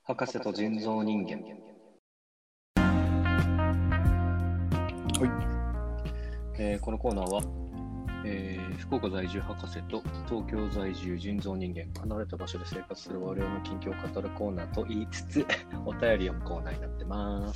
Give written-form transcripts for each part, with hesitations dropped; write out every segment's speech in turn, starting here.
博士と人造人間。はい。このコーナーは、福岡在住博士と東京在住人造人間、離れた場所で生活する我々の近況を語るコーナーと言いつつ、お便り読むコーナーになってます。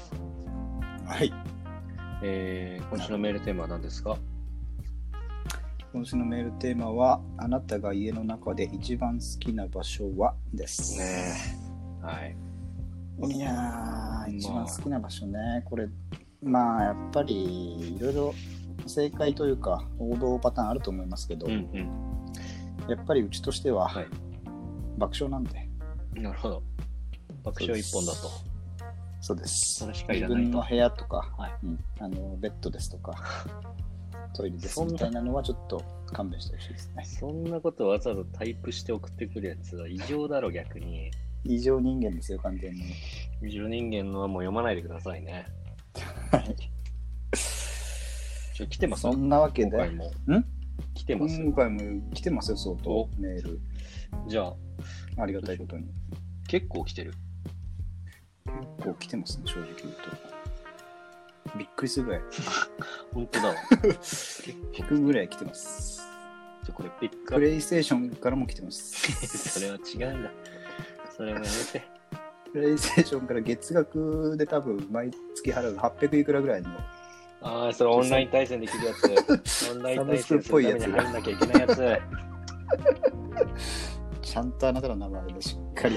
はい。 今週のメールテーマは何ですか？ 今週のメールテーマは、あなたが家の中で一番好きな場所はですね。はい。 いやー、一番好きな場所ね。これ、まあ、やっぱりいろいろ正解というか、王道パターンあると思いますけど、やっぱりうちとしては、爆笑なんで。 なるほど。爆笑一本だと。 そうです。 それしかいらないと。 自分の部屋とか、ベッドですとか、トイレですみたいなのはちょっと勘弁してほしいですね。 そんなことわざわざタイプして送ってくるやつは異常だろ、逆に。 異常人間ですよ、完全に。 異常人間のはもう読まないでくださいね。 はい。 来てます？ そんなわけで。 今回も来てます？ 今回も来てますよ、相当メール。 じゃあ、 ありがたいことに。 結構来てる。 結構来てますね、正直言うと。びっくりするぐらい。 本当だわ。 引くぐらい来てます。 じゃこれピックアップ。 プレイステーションからも来てます。 それは違うんだ。それはやめて。 プレイステーションから月額で多分毎月払う800いくらぐらいの。 ああ、それオンライン対戦できるやつ。オンライン対戦するために入んなきゃいけないやつ。 ちゃんとあなたの名前でしっかり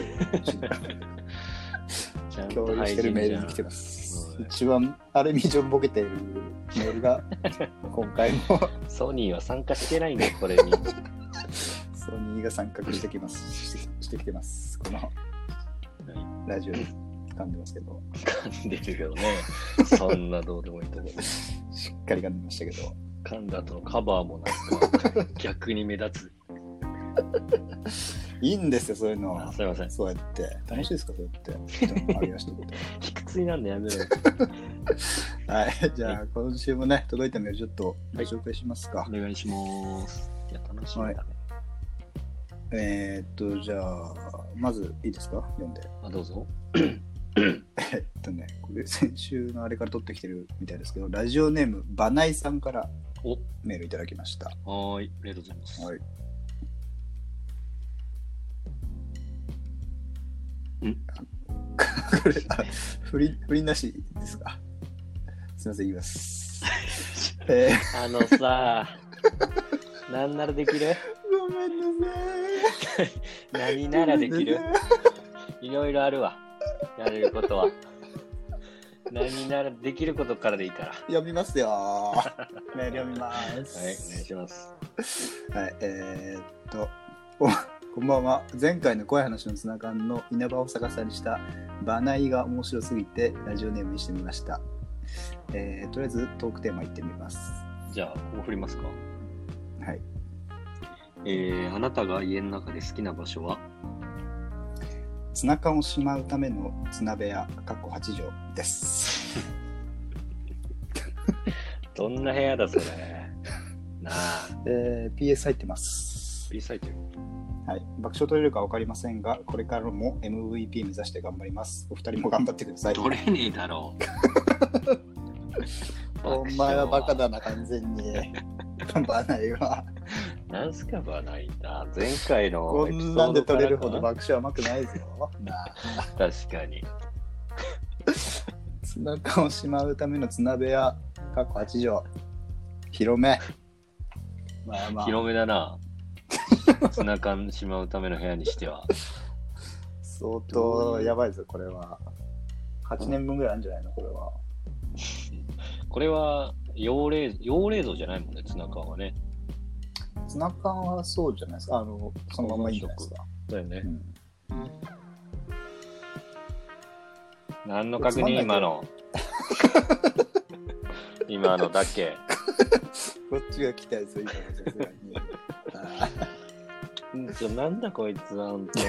共有してるメールに来てます。一番あれミジョンボケているメールが今回もソニーは参加してないんだよ、これに。 ソニーが参画してきます。してきてます。このラジオで噛んでますけど。 噛んでるけどね。そんなどうでもいいところで。 しっかり噛んでましたけど。 噛んだ後のカバーもなんか逆に目立つ。 いいんですよ、そういうの。 すいません。 そうやって。楽しいですか、そうやって。人のありがしたこと。 卑屈になんでやめろよ。 はい。じゃあ、今週もね、届いたメールちょっとご紹介しますか。 お願いします。いや、楽しみだね。 じゃあ、まずいいですか、読んで。 どうぞ。 これ先週のあれから取ってきてるみたいですけど、ラジオネーム、バナイさんからメールいただきました。 はい、ありがとうございます。はい。 これ不倫なしですか？すみません、言います。 さ、なんならできる？ ごめんなさい。 何ならできる？いろいろあるわ。やれることは。何ならできることからでいいから。 読みますよ。メール読みます。 はい、お願いします。 はい、こんばんは。前回の怖い話のツナ缶の稲葉を逆さにしたバナイが面白すぎてラジオネームにしてみました。とりあえずトークテーマいってみます。 じゃあ、ここ振りますか。 はい。 あなたが家の中で好きな場所は？ ツナ缶をしまうための綱部屋（8畳）です。 どんな部屋だそれ。なあ。 PS 入ってます。 PS 入ってる。 はい、爆笑取れるか分かりませんが、これからも MVP 目指して頑張ります。お二人も頑張ってください。 取れねえだろう。お前はバカだな、完全に。バナイは。 なんすかバナイだ。前回のこんなんで取れるほど爆笑甘くないぞ。 確かに。 ツナ缶をしまうための綱部屋（8畳）。広め。 まあまあ。広めだな。ツナ缶しまうための部屋にしては相当やばいぞ、これは。8年分ぐらいあるんじゃないの、これは。 これは用冷蔵じゃないもんね、ツナ缶はね。 ツナ缶はそうじゃないですか。そのままいいんじゃないですか。 だよね。何の確認今の今のだけ。 こっちが来たやつ、今のさすがに。 なんだこいつあん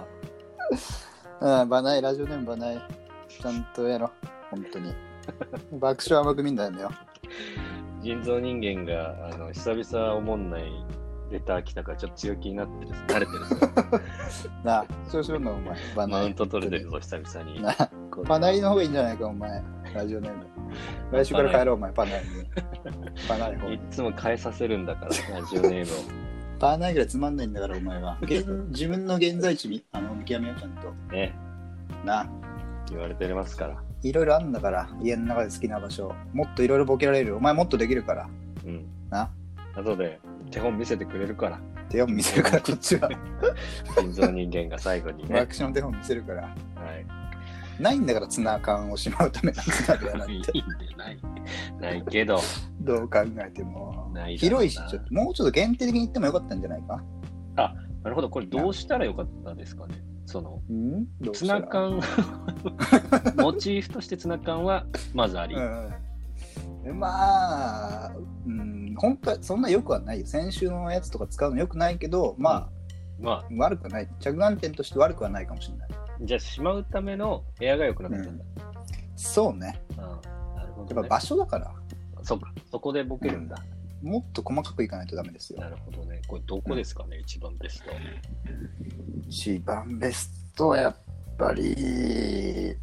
た。バナイ、ラジオネームバナイ。ちゃんとやろ、本当に。爆笑甘く見んだよねよ。 人造人間が久々おもんないレター来たからちょっと強気になってる。慣れてるぞ。 なあ、調子乗んな、お前。 マウント取れてるぞ、久々に。 なパナイの方がいいんじゃないか、お前。ラジオネーム。来週から帰ろう、お前、パナイに。パナイ方に。 いつも変えさせるんだから、ラジオネームを。 パナイぐらいつまんないんだから、お前は。自分の現在地見極めよう、ちゃんと。 ね。 な。 言われてますから。 いろいろあるんだから、家の中で好きな場所。もっといろいろボケられる。お前もっとできるから。 うん。 な。 後で手本見せてくれるから。 手本見せるから、こっちは。 人造人間が最後にね。 ワークション手本見せるから。 はい。 ないんだから、ツナ缶をしまうためのツナではなくて。 いいんでないけど。 どう考えても。 ない広いし、ちょっともうちょっと限定的に言ってもよかったんじゃないか。 あ、なるほど。これどうしたらよかったですかね。その、ツナ缶モチーフとしてツナ缶はまずあり。 まあ、本当はそんな良くはないよ。先週のやつとか使うの良くないけど、まあ、悪くはない。着眼点として悪くはないかもしれない。 じゃあ、しまうための部屋が良くなかったんだ。 そうね。 なるほど、ね。 やっぱ場所だから。 そこでボケるんだ。 もっと細かくいかないとダメですよ。 なるほどね。これどこですかね、一番ベスト。 一番ベストはやっぱり、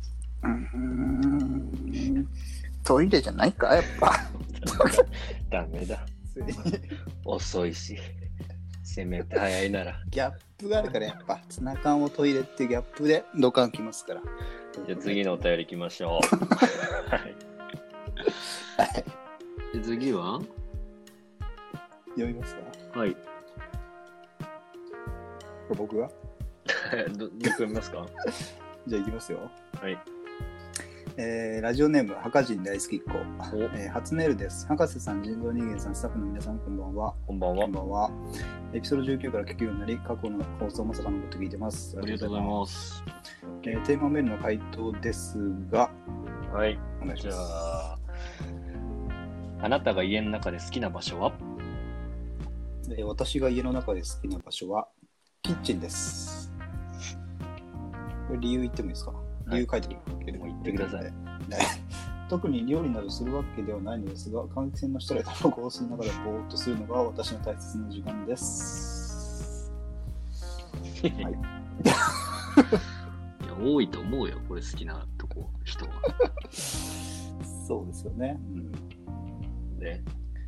トイレじゃないか、やっぱ。 ダメだ。遅いし、せめて早いなら。 ギャップがあるから、やっぱ、ツナ缶をトイレっていうギャップでドカンきますから。 じゃあ次のお便り行きましょう。はい。で次は読みますか？ はい。 僕が僕読みますか？ じゃあ行きますよ。 はい。 ラジオネーム、博人大好きっ子。初メールです。博士さん、人造人間さん、スタッフの皆さん、こんばんは。 こんばんは。 こんばんは。エピソード19から聞くようになり、過去の放送も遡って聞いてます。 ありがとうございます。 テーマメールの回答ですが、 はい。 お願いします。 じゃあ、あなたが家の中で好きな場所は？ 私が家の中で好きな場所は、キッチンです。これ理由言ってもいいですか？理由書いてるけど、 言ってください。 特に料理などするわけではないのですが、換気扇の下でタバコを吸いながらぼーっとするのが私の大切な時間です。はい、いや多いと思うよ、これ好きなとこ、人は。 そうですよね。 で、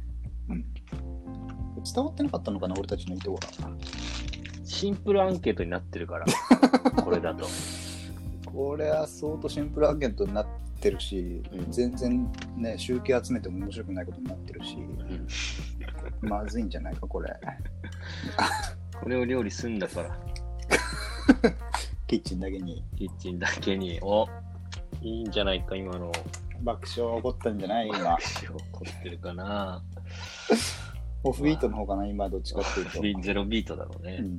伝わってなかったのかな、俺たちの意図は。 シンプルアンケートになってるから、これだと。 これは相当シンプルアンケートになってるし、全然ね、集計集めても面白くないことになってるし、まずいんじゃないか、これ。 これを料理すんだから。 キッチンだけに。 お、いいんじゃないか、今の。 爆笑起こったんじゃない？今。 爆笑起こってるかな。 オフビートの方かな、今、どっちかっていうと。 ゼロビートだろうね。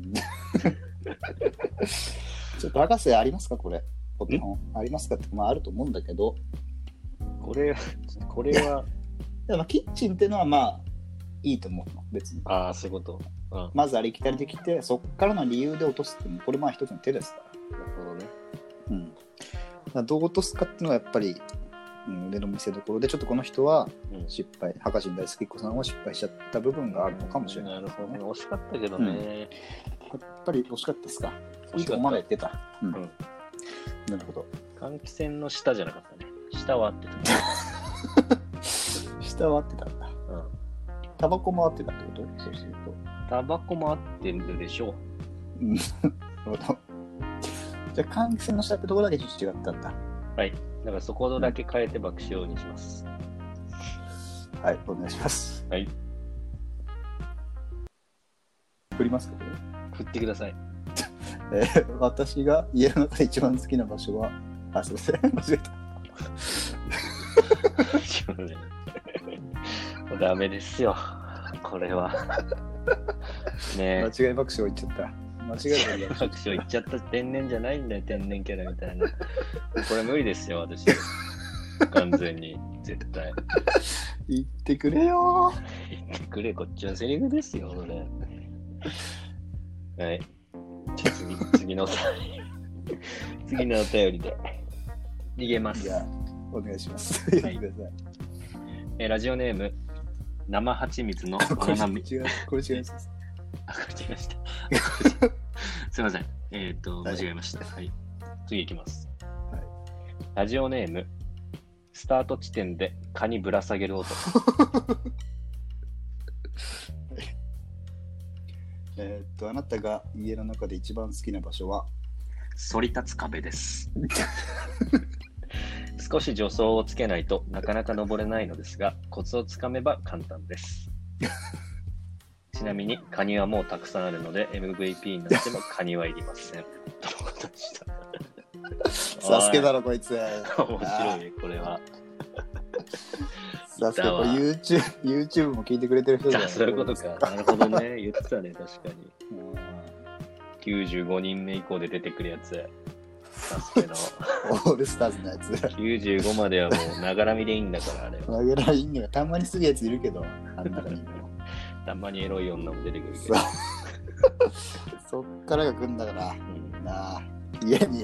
ちょっと博士ありますか、これ。お手本ありますかって、まああると思うんだけど。 これは。 でもキッチンっていうのはまあいいと思うの、別に。 ああ、そういうこと。 まずありきたりできて、そっからの理由で落とすっていうのも、これまあ一つの手ですから。 なるほどね。 だからどう落とすかっていうのはやっぱり、腕の見せ所で、ちょっとこの人は失敗、博士大好きっ子さんは失敗しちゃった部分があるのかもしれない、 なるほどね。惜しかったけどね。 やっぱり惜しかったですか。いいとこまで出た。なるほど。 換気扇の下じゃなかったね。下は合ってた。下は合ってたんだ。タバコも合ってたってこと？そうすると。 タバコも合ってるでしょう。 なるほど。じゃあ換気扇の下ってとこだけちょっと違ったんだ。 はい。だからそこだけ変えて爆笑にします。 はい、お願いします。 はい。 振りますか、これ。 振ってください。 私が家の中で一番好きな場所は、すいません、間違えた。 ダメですよ、これは。ね、 間違い爆笑言っちゃった。間違い爆笑言っちゃった。天然じゃないんだよ、天然キャラみたいな。これ無理ですよ、私。完全に、絶対。 言ってくれよ。 言ってくれ、こっちのセリフですよ、それ。はい。じゃあ次のお便り。次のお便りで逃げます。 じゃあ、お願いします。 はい、ラジオネーム、生蜂蜜のこれ違います。 間違えました。すいません。間違えました。はい。次いきます。はい。ラジオネーム、スタート地点で蚊にぶら下げる男。 あなたが家の中で一番好きな場所は？ 反り立つ壁です。少し助走をつけないとなかなか登れないのですが、コツをつかめば簡単です。ちなみにカニはもうたくさんあるので MVP になってもカニはいりません。とのことでした。 サスケだろこいつ。 面白いこれは。 サスケこれ YouTube も聞いてくれてる人じゃない。 そういうことか。なるほどね。言ってたね確かに。95人目以降で出てくるやつ。サスケのオールスターズのやつ。 95まではもうながらみでいいんだからあれは。 ながらいいんだからたまにすぐやついるけど、あん中にも。 たまにエロい女も出てくるけど。 そっからが来るんだから。なあ、家に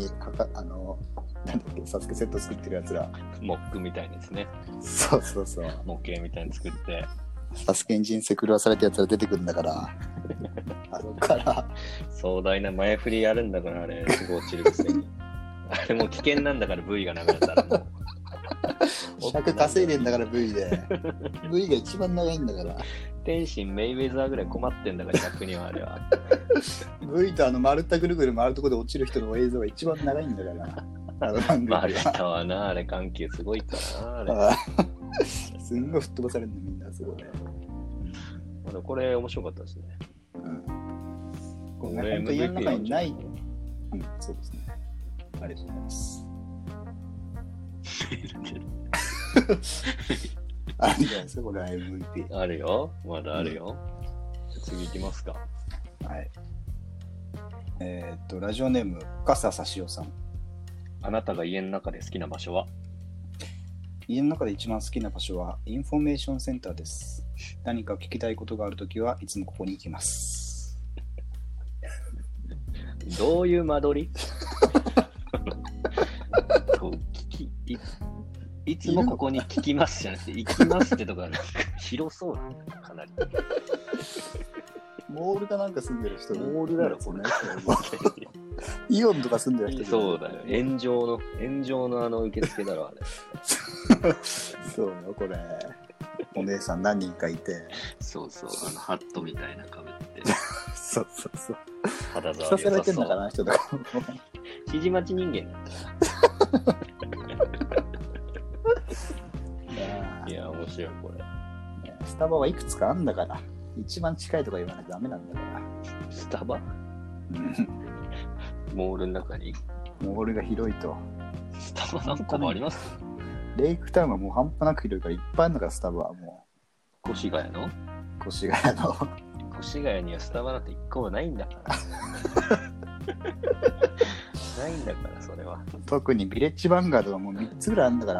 なんだっけ、サスケセット作ってるやつら。 モックみたいですね。 そうそうそう。 模型みたいに作って。 サスケに人生狂わされたやつら出てくるんだから。あのから。 壮大な前振りやるんだから、あれ、すぐ落ちるくせに。あれもう危険なんだから V が流れたらもう。 尺稼いでんだから V で。V が一番長いんだから。 天心メイウェザーぐらい困ってんだから逆にはあれは。 V と丸太ぐるぐる回るとこで落ちる人の映像が一番長いんだから。あの番組は。 丸太はな、あれ緩急すごいからな、あれ。すんごい吹っ飛ばされるのみんなすごいね。 これ面白かったですね。 これ本当家の中にない。そうですね。ありがとうございます。あるじゃないですか、これは MVP。 あるよ、まだあるよ。次行きますか。 はい。ラジオネーム、笠さしおさん。 あなたが家の中で好きな場所は？ 家の中で一番好きな場所はインフォメーションセンターです。何か聞きたいことがあるときはいつもここに行きます。 どういう間取り？いつもここに聞きますじゃなくて、行きますってとこがなんか広そうなんだよ、かなり。 モールかなんか住んでる人。 モールだろ、これ。 イオンとか住んでる人。 そうだよ、炎上のあの受付だろ、あれ。 そうよ、これ。お姉さん何人かいて。 そうそう、ハットみたいなかぶって。 そうそうそう。 肌触り良さそう。 させられてんだから、人とか。 指示待ち人間だった。いや、面白い、これ。 スタバはいくつかあんだから、一番近いとか言わないとダメなんだから。 スタバ？モールの中に？ モールが広いと。 スタバ何個もあります？ レイクタウンはもう半端なく広いからいっぱいあるんだから、スタバはもう。越谷の？ 越谷の。 越谷にはスタバなんて一個もないんだから。ないんだから、それは。 特にビレッジヴァンガードはもう3つぐらいあるんだから、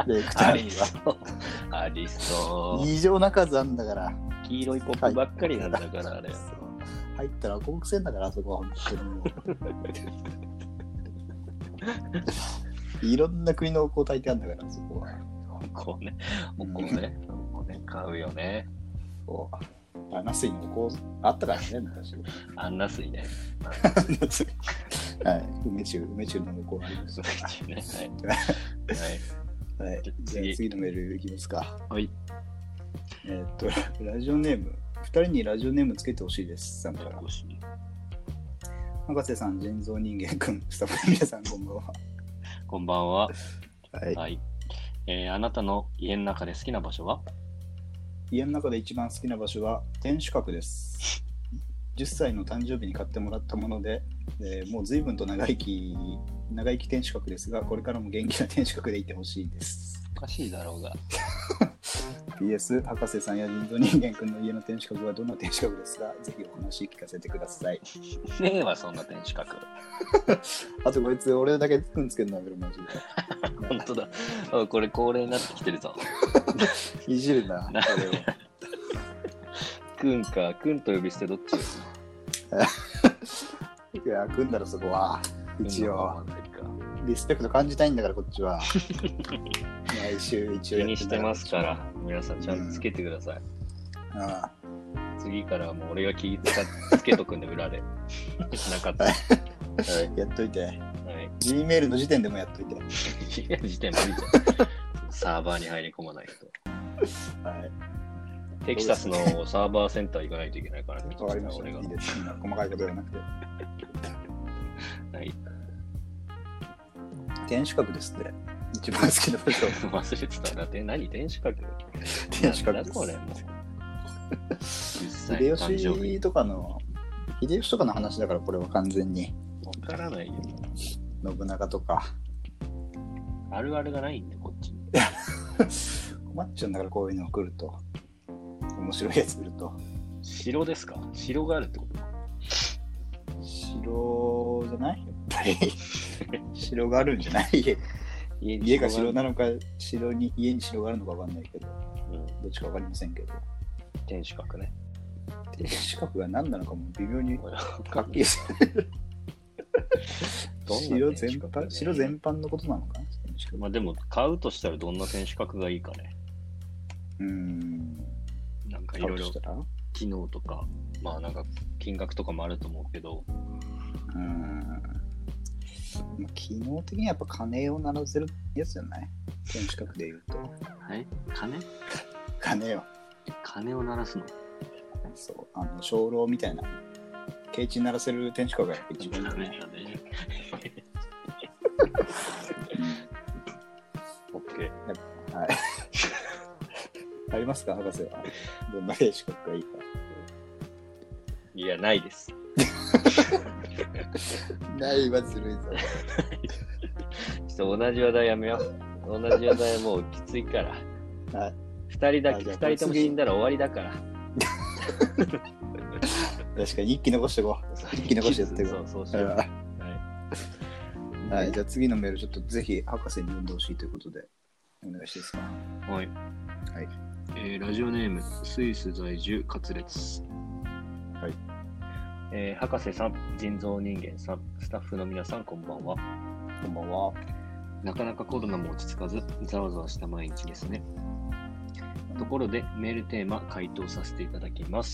レイクタウンには。 ありそう。 異常な数あるんだから。 黄色いポップばっかりなんだから、あれ。 入ったら広告線だから、あそこは本当にもう。いろんな国のお香炊いてあるんだから、そこは。 お香ね。お香ね。お香ね。買うよね。 そう。アンナ水のお香あったからね、昔。 アンナ水ね。 はい。梅中のお香ありました。 梅中ね。 はい。はい。じゃあ次のメールいきますか。 はい。 ラジオネーム。2人にラジオネームつけてほしいです。さんから。博士さん、人造人間くん、スタッフの皆さん、こんばんは。 こんばんは。 はい。 はい。あなたの家の中で好きな場所は？ 家の中で一番好きな場所は天守閣です。10歳の誕生日に買ってもらったもので、もう随分と長生き天守閣ですが、これからも元気な天守閣でいてほしいです。 おかしいだろうが。 PS、博士さんや人造人間くんの家の天守閣はどんな天守閣ですか？ぜひお話聞かせてください。 ねえわ、そんな天守閣。 あとこいつ、俺だけくんつけるのやめろ、マジで。本当だ。これ恒例になってきてるぞ。 いじるな。 くんか、くんと呼び捨てどっちですいや、くんだろ、そこは。一応。リスペクト感じたいんだから、こっちは。毎週一応気にしてますから、皆さんちゃんとつけてください。 ああ。 次からもう俺が気つけとくんで、裏で。なかった。はい、 やっといて。 はい。 Gmail の時点でもやっといて。 Gmail の時点無理じゃん。サーバーに入り込まないと。 はい。 テキサスのサーバーセンター行かないといけないからね。 わかりました。いいです。細かいこと言わなくて。 はい。 天守閣ですって。一番好きな場所。 忘れてたな。何天守閣？ 天守閣です。 これもう。 秀吉とかの話だから、これは完全に。 わからないよ。 信長とか。 あるあるがないんで、こっちに。 困っちゃうんだから、こういうの来ると。面白いやつ来ると。 城ですか？城があるってこと？ 城じゃない？やっぱり。城があるんじゃない？家が城なのか、家に城があるのかわかんないけど、どっちかわかりませんけど。 天守閣ね。 天守閣が何なのかも微妙にはっきりする。城全般のことなのかな。 まあでも買うとしたらどんな天守閣がいいかね。なんかいろいろ機能とか、まあなんか金額とかもあると思うけど。 機能的にはやっぱ鐘を鳴らせるやつじゃない？天守閣で言うと。 はい？ 鐘よ。 鐘を鳴らすの？ そう、鐘楼みたいな。ケーチに鳴らせる天守閣が一番いいね。 オッケー。はい。ありますか、博士は。どんな天守閣がいいか。 いや、ないです。 ないはずるいぞ。 ちょっと同じ話題やめよう。同じ話題もうきついから。 はい。 2人とも死んだら終わりだから。 確かに一気残していこう。一気残してやっていこう。 そうしよう。 はい。じゃあ次のメールちょっとぜひ博士に読んでほしいということでお願いしていいですか。 はい。ラジオネームスイス在住カツレツ。 はい。 博士さん、人造人間さん、スタッフの皆さん、こんばんは。 こんばんは。 なかなかコロナも落ち着かず、ざわざわした毎日ですね。ところで、メールテーマ、回答させていただきます。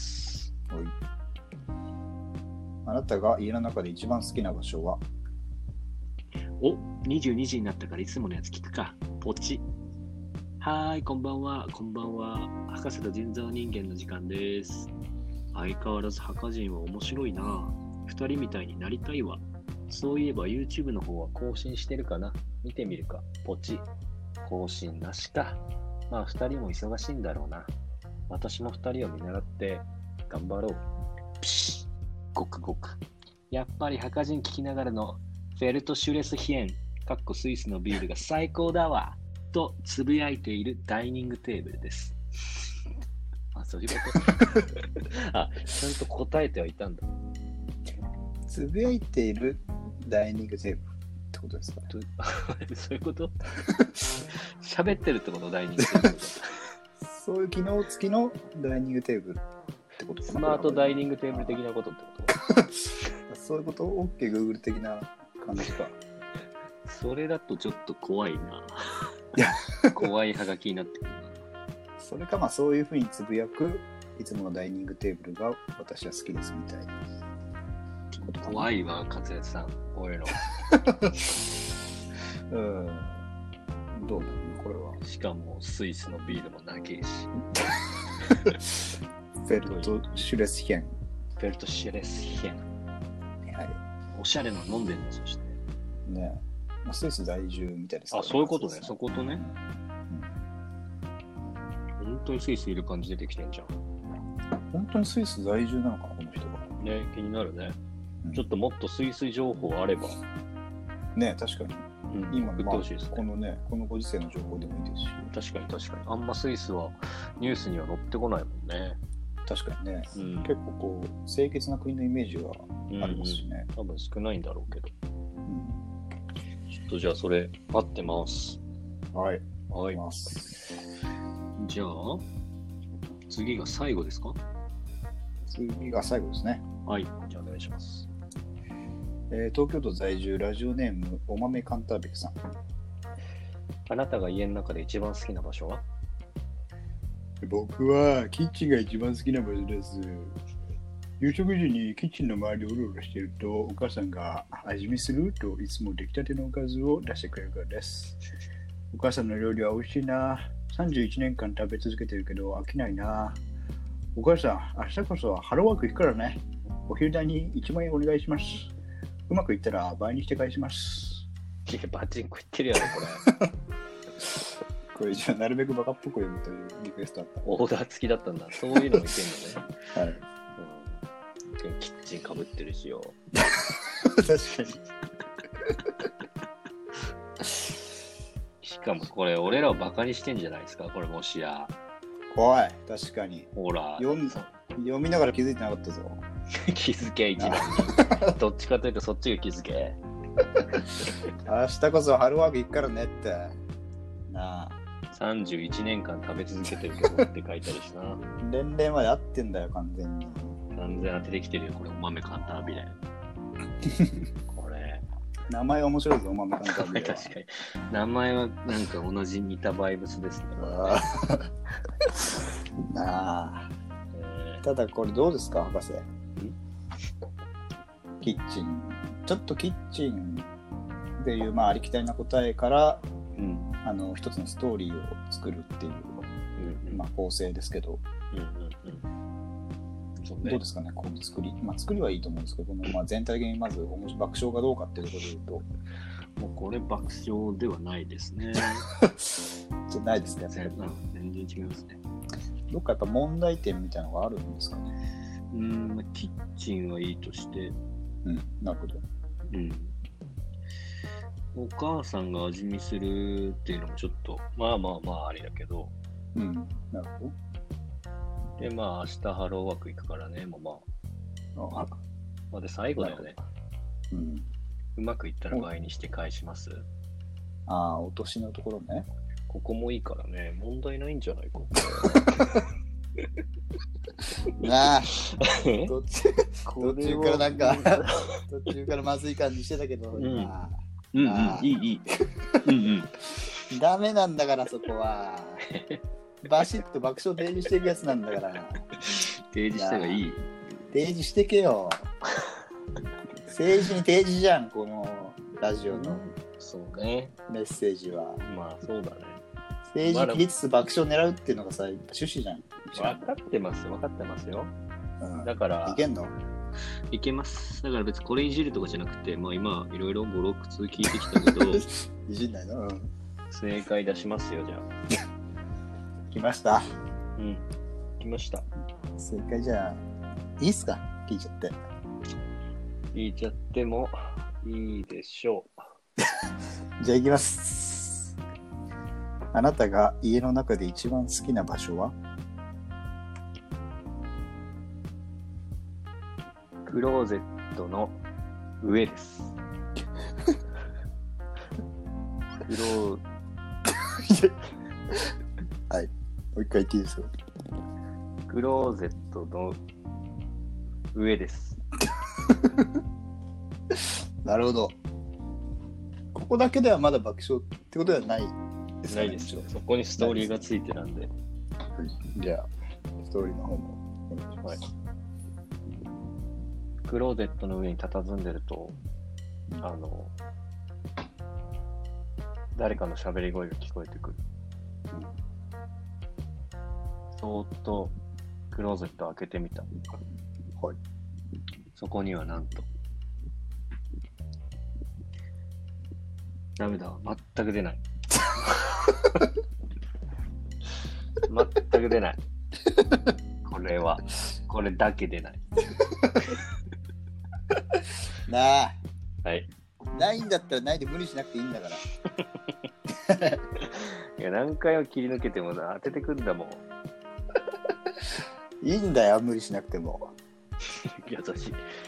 はい。あなたが家の中で一番好きな場所は？ お、22時になったからいつものやつ聞くか。ポチ。はーい、こんばんは。こんばんは。博士と人造人間の時間です。相変わらず博人は面白いな。二人みたいになりたいわ。そういえば YouTube の方は更新してるかな。見てみるか。ポチ。更新なしか。まあ二人も忙しいんだろうな。私も二人を見習って頑張ろう。ピシッ。ごくごく。やっぱり博人聞きながらのフェルトシュレスヒエンスイスのビールが最高だわとつぶやいているダイニングテーブルです。あ、そういうことあ、ちゃんと答えてはいたんだ。 つぶやいているダイニングテーブルってことですか？ そういうこと喋ってるってことダイニングテーブルそういう機能付きのダイニングテーブルってことかな。 スマートダイニングテーブル的なことってことそういうこと ?OK、Google 的な感じか。 それだとちょっと怖いな。怖いはがきになってくるな。 それか、まあそういうふうにつぶやくいつものダイニングテーブルが私は好きですみたいな。 怖いわ、勝也さん。こういうの。 どうなのこれは。 しかもスイスのビールも長いし。 フェルトシュレスヒェン。 フェルトシュレスヒェン。 はい。 おしゃれな飲んでるの、そして。 ねえ。スイス在住みたいですから、ね。あ、そういうことね。そことね。本当にスイスいる感じ出てきてんじゃん。 本当にスイス在住なのかな、この人が。 ね、気になるね。ちょっともっとスイス情報あれば。 ね、確かに。今、 送ってほしいですね。 このご時世の情報でもいいですし。 確かに。あんまスイスはニュースには載ってこないもんね。 確かにね。結構こう、清潔な国のイメージはありますしね。 多分少ないんだろうけど。ちょっとじゃあそれ、合ってます。 はい。 はい。じゃあ、次が最後ですか？ 次が最後ですね。 はい。じゃあお願いします。 東京都在住ラジオネームお豆カンタービレさん。 あなたが家の中で一番好きな場所は？ 僕はキッチンが一番好きな場所です。夕食時にキッチンの周りをうろうろしていると、お母さんが味見するといつも出来たてのおかずを出してくれるからです。お母さんの料理は美味しいな。31年間食べ続けてるけど飽きないな。お母さん、明日こそはハローワーク行くからね。お昼代に1万円お願いします。うまくいったら倍にして返します。 いや、バチンコ言ってるやろ、これ。 これじゃなるべくバカっぽく読むというリクエストだった。 オーダー付きだったんだ。そういうのもいけんのね。 はい。 キッチンかぶってるしよ。 確かに。 しかもこれ、俺らをバカにしてんじゃないですか、これもしや。 怖い、確かに。 ほら。 読みながら気づいてなかったぞ。 気づけ、一番に。どっちかというとそっちが気づけ。 明日こそハローワーク行くからねって。なあ。 31年間食べ続けてるけどって書いてあるしな。 年齢まで合ってんだよ、完全に。 完全当ててきてるよ、これ、お豆カンタービレ。これ。 名前面白いぞ、お豆カンタービレ。 確かに。名前はなんか同じ似たバイブスですね。 なあ。ただこれどうですか、博士。キッチン。ちょっとキッチンっていう、ありきたりな答えから、一つのストーリーを作るっていう、構成ですけど、どうですかね、この作り。作りはいいと思うんですけど、全体的にまず爆笑かどうかっていうところで言うと。 もうこれ爆笑ではないですね。 じゃないですか、 全然違いますね。 どっかやっぱ問題点みたいなのがあるんですかね。 キッチンはいいとして。 なるほど。 お母さんが味見するっていうのもちょっと、ありだけど。 なるほど。 で、明日ハローワーク行くからね、で、最後だよね。うまくいったら倍にして返します。 落としのところね。 ここもいいからね、問題ないんじゃないか。 なあ、途中からなんか、途中からまずい感じしてたけど、いい。ダメなんだから、そこは。バシッと爆笑提示していくやつなんだから。 提示した方がいい。 提示してけよ。政治に提示じゃん、このラジオの。 そうね。 メッセージは。 そうだね。 政治切りつつ爆笑狙うっていうのがさ、趣旨じゃん。 分かってますよ。だから。 いけんの？ いけます。だから別にこれいじるとかじゃなくて、今いろいろ5、6通聞いてきたけど、 いじんないの？ 正解出しますよ、じゃあ。 来ました。 来ました。 正解じゃあ、いいっすか？聞いちゃって。 聞いちゃってもいいでしょう。じゃあ行きます。あなたが家の中で一番好きな場所は？ クローゼットの上です。 はい。もう一回言っていいですか？ クローゼットの上です。 なるほど。ここだけではまだ爆笑ってことではないですかね。ないですよ。そこにストーリーがついてなんで。 じゃあ、ストーリーの方もお願いします。 クローゼットの上に佇んでると、誰かの喋り声が聞こえてくる。そーっとクローゼットを開けてみた。 はい。 そこにはなんと。ダメだ、全く出ない。全く出ない。これだけ出ない。 なあ。 はい。 ないんだったらないで無理しなくていいんだから。 いや、何回も切り抜けても当ててくんだもん。 いいんだよ、無理しなくても。 優し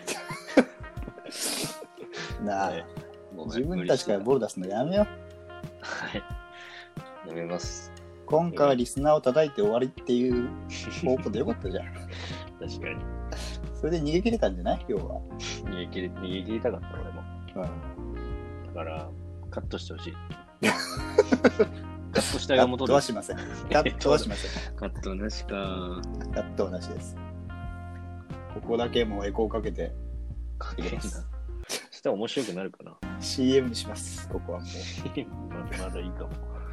い。 なあ、自分たちからボール出すのやめよう。 はい。やめます。 今回はリスナーを叩いて終わりっていう方向でよかったじゃん。 確かに。 それで逃げ切れたんじゃない今日は。 逃げ切りたかった俺も。だから、カットしてほしい。 カットしたが戻る。 カットはしません。カットはしません。 カットなしか。 カットはなしです。ここだけもうエコーかけてかけんな。そしたら面白くなるかな。 CM にします。ここはもう。 まだいいかも。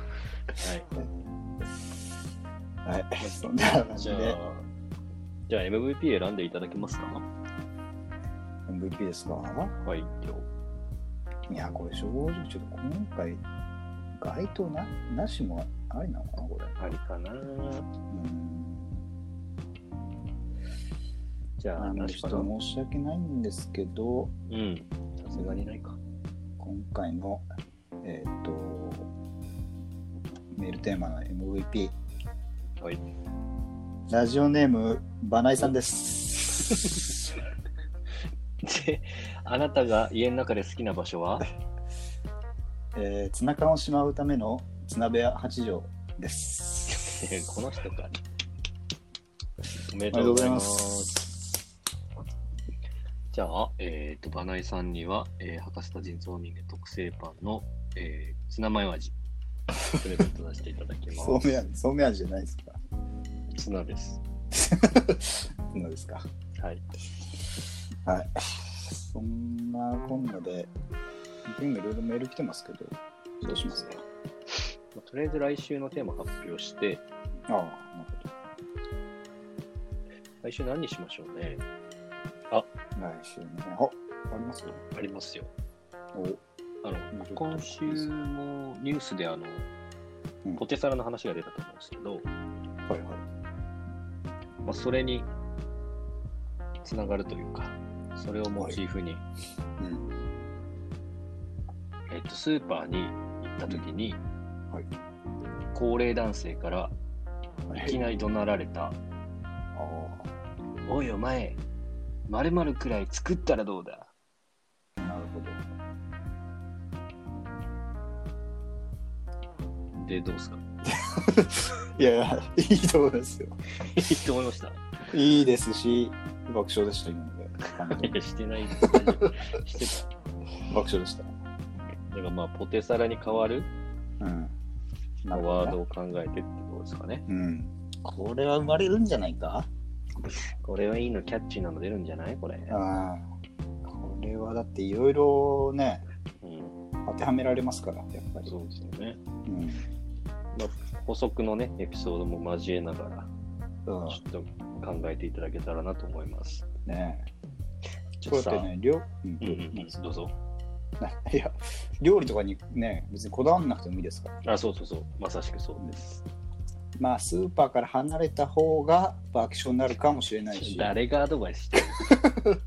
はい。そんな感じで。 じゃあ MVP 選んでいただけますか？ MVP ですか？ はい、 いや、これ正直ちょっと今回、該当なしもありなのかな、これ。 ありかな。じゃあ、 ちょっと申し訳ないんですけど、 さすがにないか。 今回の、メールテーマの MVP。 はい。 ラジオネーム、バナイさんです。 で、あなたが家の中で好きな場所はツナ缶をしまうためのツナ部屋8畳です。 この人か。おめでとうございます。じゃあ、バナイさんには、博士と人造人間特製パンの、ツナマヨ味プレゼントさせていただきます。 そうめん味じゃないですか。 ツナです。 ツナですか。 はい。 はい。そんなこんなで、いろいろメール来てますけど、どうしますか？ とりあえず来週のテーマ発表して、 なるほど。 来週何にしましょうね。 来週ね。ありますよ。 ありますよ。今週もニュースでポテサラの話が出たと思うんですけど、それにつながるというか、それをモチーフに、スーパーに行った時に、高齢男性からいきなり怒鳴られた、おいお前、〇〇くらい作ったらどうだ。 なるほど。 で、どうですか？ いや、いいと思いますよ。 いいと思いました。 いいですし、爆笑でした、今ので。 いや、してないです。してた。 爆笑でした。 だからポテサラに変わる、ワードを考えてってことですかね。 これは生まれるんじゃないか？ これはいいの、キャッチーなの出るんじゃない？これ。 これはだっていろいろね、当てはめられますから、やっぱり。 そうですよね。補足のね、エピソードも交えながら、ちょっと考えていただけたらなと思います。 ねえ。こうやってね、 どうぞ。 いや、料理とかにね、別にこだわらなくてもいいですから。 そう。まさしくそうです。 スーパーから離れた方が爆笑になるかもしれないし。 誰がアドバイスしてる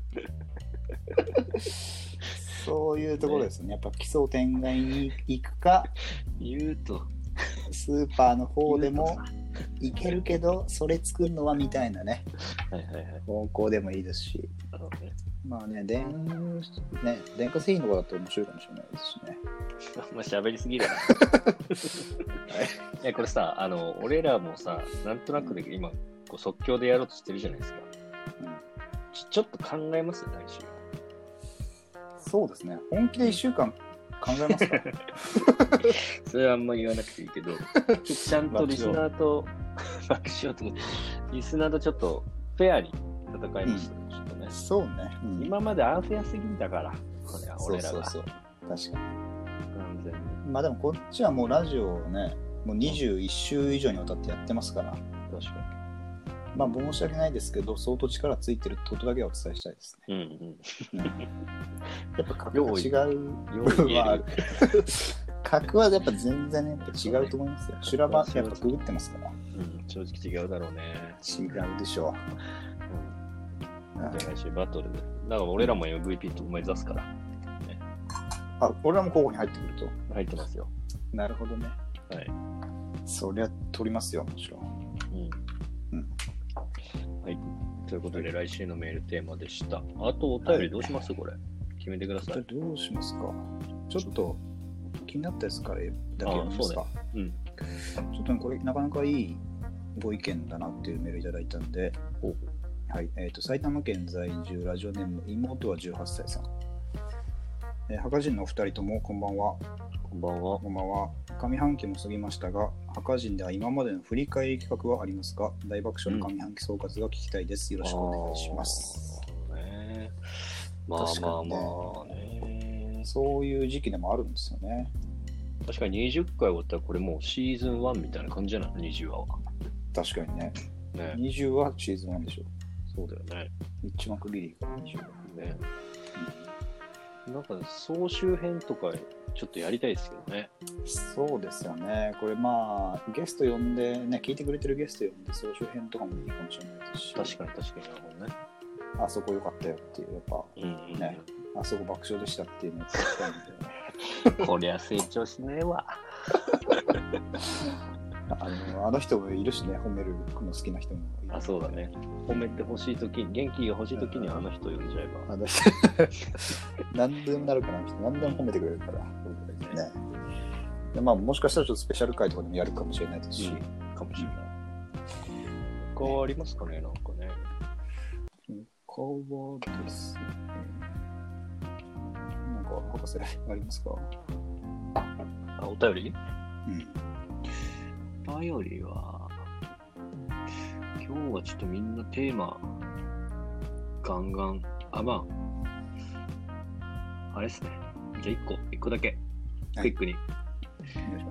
そういうところですね。やっぱ奇想天外に行くか、 言うとスーパーの方でもいけるけど、それ作るのはみたいなね、方向でもいいですし。電化製品とかだと面白いかもしれないですしね。 喋りすぎだな。いや、これさ、俺らもさ、なんとなくで今即興でやろうとしてるじゃないですか。ちょっと考えますよ、来週。 そうですね。本気で1週間考えますか？ それはあんま言わなくていいけど、ちゃんとリスナーと爆笑とか、リスナーとちょっとフェアに戦いましたね、ちょっとね。 そうね。 今までアンフェアすぎんだから、これは俺らが。 そう。確かに。 完全に。でもこっちはもうラジオをね、もう21週以上にわたってやってますから。 確かに。 申し訳ないですけど、相当力ついてるってことだけはお伝えしたいですね。やっぱ格が違う部分はある。格はやっぱ全然やっぱ違うと思いますよ。修羅場やっぱくぐってますから。 正直違うだろうね。 違うでしょう。じゃあ来週バトルで。だから俺らも MVP と目指すから。 俺らも候補に入ってくると。 入ってますよ。 なるほどね。 はい。 そりゃ取りますよ、もちろん。 はい。ということで、来週のメールテーマでした。あと、お便りどうします？これ。決めてください。 どうしますか？ちょっと気になったやつからだけ読みますか？ちょっとこれ、なかなかいいご意見だなっていうメールいただいたんで、はい。埼玉県在住、ラジオネーム、妹は18歳さん。博士のお二人とも、こんばんは。 こんばんは。 こんばんは。上半期も過ぎましたが、赤人では今までの振り返り企画はありますか？大爆笑の上半期総括が聞きたいです。よろしくお願いします。 まあね。 そういう時期でもあるんですよね。 確かに20回終わったらこれもうシーズン1みたいな感じじゃない？ 20 話は。 確かにね。20はシーズン1でしょ。 そうだよね。 一番区切りが20話。 ね。なんか総集編とかちょっとやりたいですけどね。 そうですよね。これまあゲスト呼んでね、聞いてくれてるゲスト呼んで総集編とかもいいかもしれないですし。 確かになるほどね。 あそこ良かったよっていうやっぱ、ね、あそこ爆笑でしたっていうのを聞きたいんで。 こりゃ成長しねえわ。 あの人もいるしね、褒めるの好きな人もいる。 あ、そうだね。褒めてほしいとき、元気が欲しいときにあの人呼んじゃえば。 あの人何でもなるからあの人、何でも褒めてくれるから。ね。でまあ、もしかしたらちょっとスペシャル回とかでもやるかもしれないですし。 かもしれない。他はありますかね、なんかね。 他はですね。なんか、博士ありますか？ あ、お便り？ うん。 お便りは、今日はちょっとみんなテーマ、ガンガン、あれですね。じゃあ1個だけ、クイックに。 お願いします。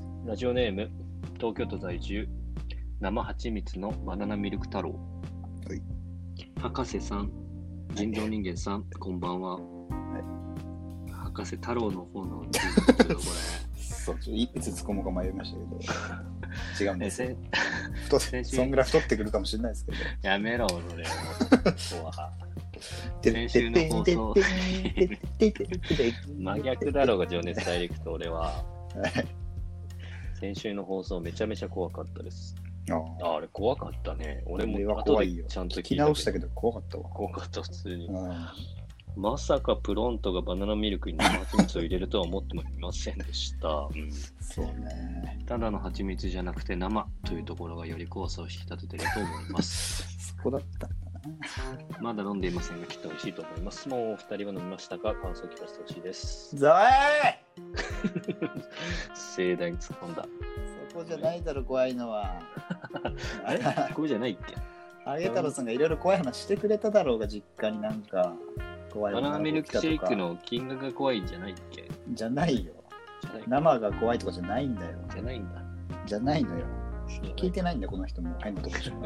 ラジオネーム、東京都在住、生蜂蜜のバナナミルク太郎。 はい。 博士さん、人造人間さん、こんばんは。はい、博士太郎の方のこれ。 そう、いつ突っ込むか迷いましたけど、違うんです。そんぐらい太ってくるかもしれないですけど。 やめろ、それ。先週の放送、真逆だろうが情熱大陸と俺は。先週の放送めちゃめちゃ怖かったです。あれ怖かったね。俺も後でちゃんと聞き直したけど怖かったわ。 怖かった、普通に。まさかプロントがバナナミルクに生蜂蜜を入れるとは思ってもいませんでした。 そうね。 ただの蜂蜜じゃなくて生というところがより怖さを引き立てていると思います。 そこだったんだな。 まだ飲んでいませんがきっと美味しいと思います。もうお二人は飲みましたか？感想を聞かせてほしいです。 ざわ盛大に突っ込んだ。 そこじゃないだろ、怖いのは。 あれここじゃないっけ？ あげ太郎さんがいろいろ怖い話してくれただろうが、実家になんか。 バナナミルクシェイクの金額が怖いんじゃないっけ？ じゃないよ。生が怖いとかじゃないんだよ。 じゃないんだ。 じゃないのよ。聞いてないんだこの人も変なとこしか。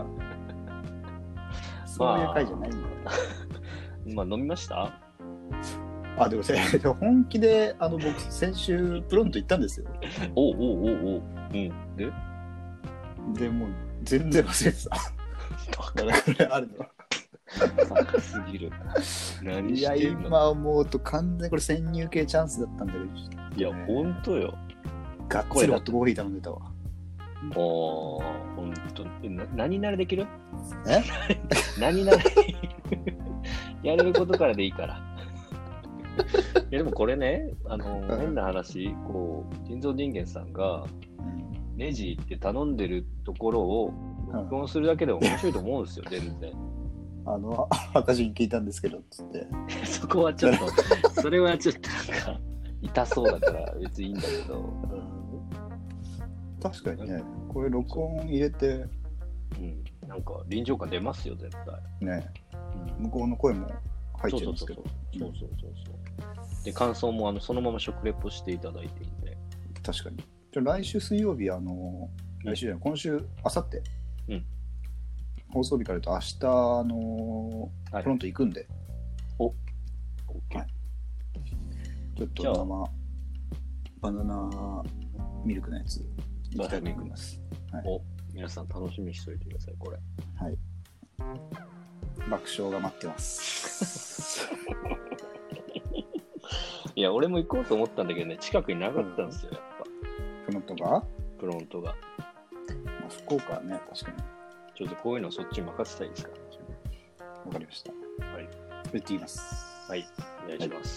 そういう回じゃないんだよ。 まあ飲みました？ あ、でも本気で僕先週プロント行ったんですよ。 おう。でもう全然忘れてた。だからこれあるの。 高すぎる。何してんの？ いや、今思うと完全にこれ潜入系チャンスだったんだけど、 いや、ほんとよ。 がっつりホットコーヒー頼んでたわ。 ほんと。何ならできる？ え何ならやれることからでいいから。いや、でもこれね、変な話、人造人間さんが、レジって頼んでるところを録音するだけでも面白いと思うんですよ、全然。 赤字に聞いたんですけどっつってそこはちょっとそれはちょっとなんか痛そうだから別にいいんだけど、 確かにね、これ録音入れて、 なんか臨場感出ますよ絶対ね、向こうの声も入っちゃうんですけど、 そうで感想もそのまま食レポしていただいていて、 確かに。じゃ来週水曜日来週じゃない、今週明後日、放送日から言うと明日プロント行くんで、 OK、 ちょっと生バナナミルクのやつ行きたいと思います。 皆さん楽しみにしておいてください。これ爆笑が待ってますいや俺も行こうと思ったんだけどね、近くになかったんですよ、やっぱプロントが、福岡はね、確かにちょっとこういうのそっちに任せたいですか？ わかりました。 はい。 言っています。 はい。お願いします。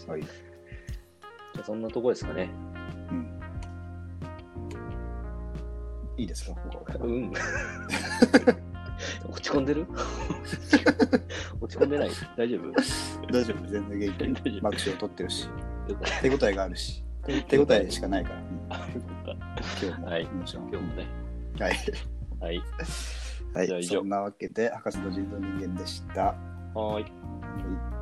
はい。 じゃあそんなとこですかね。 いいですか？ 落ち込んでる？落ち込んでない？大丈夫？ 大丈夫。全然元気に爆笑を取ってるし、手応えがあるし。 手応えしかないから。 今日も。はい。もちろん。今日もね。 はい。 はい。 はい。そんなわけで、博士と人造人間でした。 はい。